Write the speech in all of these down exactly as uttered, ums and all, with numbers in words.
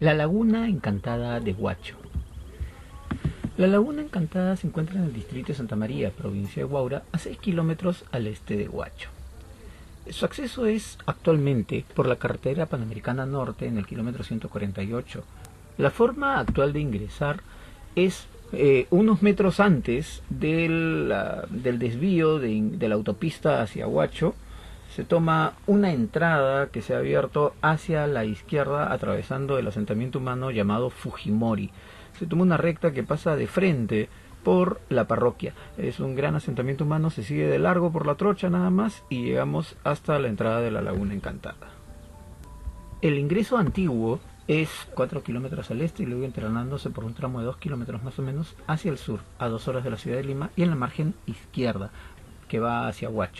La Laguna Encantada de Huacho. La Laguna Encantada se encuentra en el distrito de Santa María, provincia de Huaura, a seis kilómetros al este de Huacho. Su acceso es actualmente por la carretera Panamericana Norte en el kilómetro ciento cuarenta y ocho. La forma actual de ingresar es eh, unos metros antes del, uh, del desvío de, de la autopista hacia Huacho. Se toma una entrada que se ha abierto hacia la izquierda atravesando el asentamiento humano llamado Fujimori. Se toma una recta que pasa de frente por la parroquia. Es un gran asentamiento humano, se sigue de largo por la trocha nada más y llegamos hasta la entrada de la Laguna Encantada. El ingreso antiguo es cuatro kilómetros al este y luego internándose por un tramo de dos kilómetros más o menos hacia el sur, a dos horas de la ciudad de Lima y en la margen izquierda que va hacia Huacho.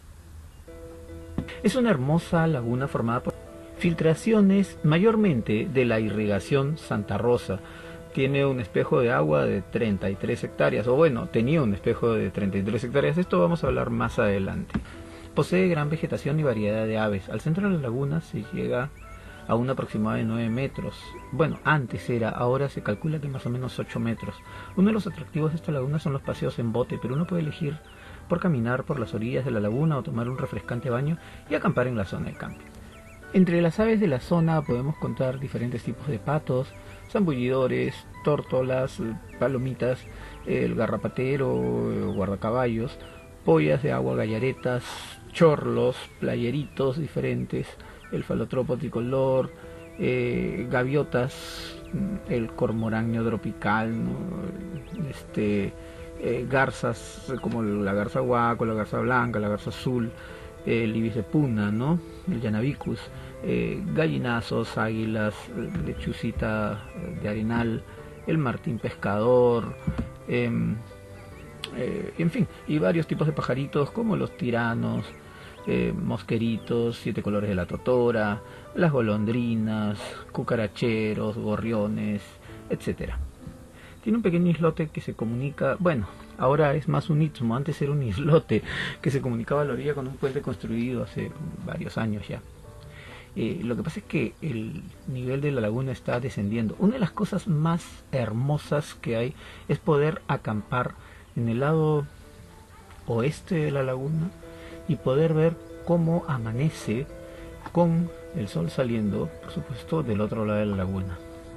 Es una hermosa laguna formada por filtraciones mayormente de la irrigación Santa Rosa. Tiene un espejo de agua de treinta y tres hectáreas, o bueno, tenía un espejo de treinta y tres hectáreas, esto vamos a hablar más adelante. Posee gran vegetación y variedad de aves. Al centro de la laguna se llega a un aproximado de nueve metros. Bueno, antes era, ahora se calcula que más o menos ocho metros. Uno de los atractivos de esta laguna son los paseos en bote, pero uno puede elegir por caminar por las orillas de la laguna o tomar un refrescante baño y acampar en la zona de camping. Entre las aves de la zona podemos contar diferentes tipos de patos, zambullidores, tórtolas, palomitas, el garrapatero, el guardacaballos, pollas de agua, gallaretas, chorlos, playeritos diferentes, el falotropo tricolor, eh, gaviotas, el cormorán neotropical, ¿no? este, eh, garzas como la garza guaco, la garza blanca, la garza azul, el ibis de puna, ¿no? El llanabicus, eh, gallinazos, águilas, lechucita de arenal, el martín pescador, eh, eh, en fin, y varios tipos de pajaritos como los tiranos, eh, mosqueritos, siete colores de la totora, las golondrinas, cucaracheros, gorriones, etcétera. Tiene un pequeño islote que se comunica, bueno, ahora es más un istmo, antes era un islote que se comunicaba a la orilla con un puente construido hace varios años ya. Eh, lo que pasa es que el nivel de la laguna está descendiendo. Una de las cosas más hermosas que hay es poder acampar en el lado oeste de la laguna y poder ver cómo amanece con el sol saliendo, por supuesto, del otro lado de la laguna.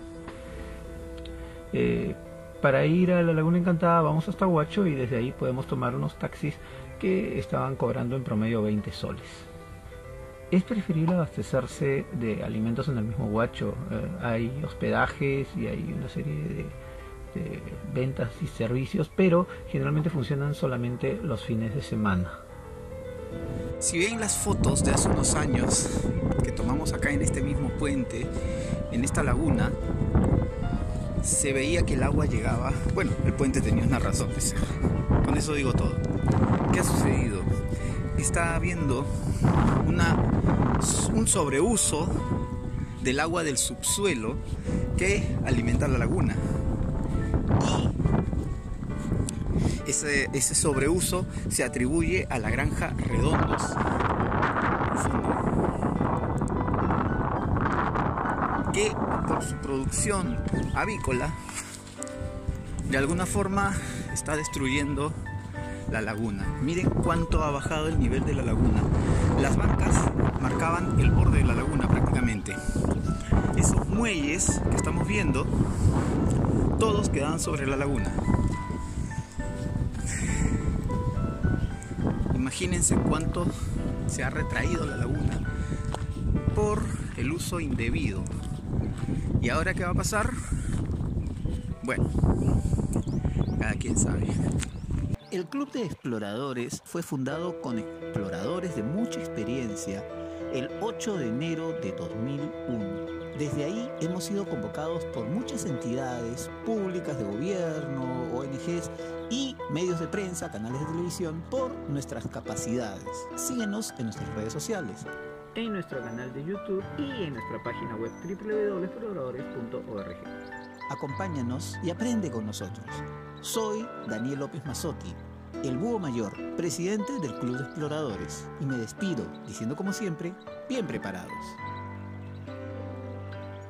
Eh, Para ir a la Laguna Encantada vamos hasta Huacho y desde ahí podemos tomar unos taxis que estaban cobrando en promedio veinte soles. Es preferible abastecerse de alimentos en el mismo Huacho. Eh, hay hospedajes y hay una serie de, de ventas y servicios, pero generalmente funcionan solamente los fines de semana. Si ven las fotos de hace unos años que tomamos acá en este mismo puente, en esta laguna, se veía que el agua llegaba, bueno, el puente tenía una razón de ser, con eso digo todo. ¿Qué ha sucedido? Está habiendo una, un sobreuso del agua del subsuelo que alimenta la laguna y ese, ese sobreuso se atribuye a la granja Redondos, que por su producción avícola de alguna forma está destruyendo la laguna. Miren cuánto ha bajado el nivel de la laguna. Las bancas marcaban el borde de la laguna prácticamente. Esos muelles que estamos viendo, todos quedaban sobre la laguna. Imagínense cuánto se ha retraído la laguna por el uso indebido. ¿Y ahora qué va a pasar? Bueno, cada quien sabe. El Club de Exploradores fue fundado con exploradores de mucha experiencia el ocho de enero de dos mil uno. Desde ahí hemos sido convocados por muchas entidades públicas de gobierno, O N Ges y medios de prensa, canales de televisión, por nuestras capacidades. Síguenos en nuestras redes sociales, en nuestro canal de YouTube y en nuestra página web doble u doble u doble u punto exploradores punto org. Acompáñanos y aprende con nosotros. Soy Daniel López Mazzotti, el Búho Mayor, presidente del Club de Exploradores, y me despido diciendo como siempre, bien preparados.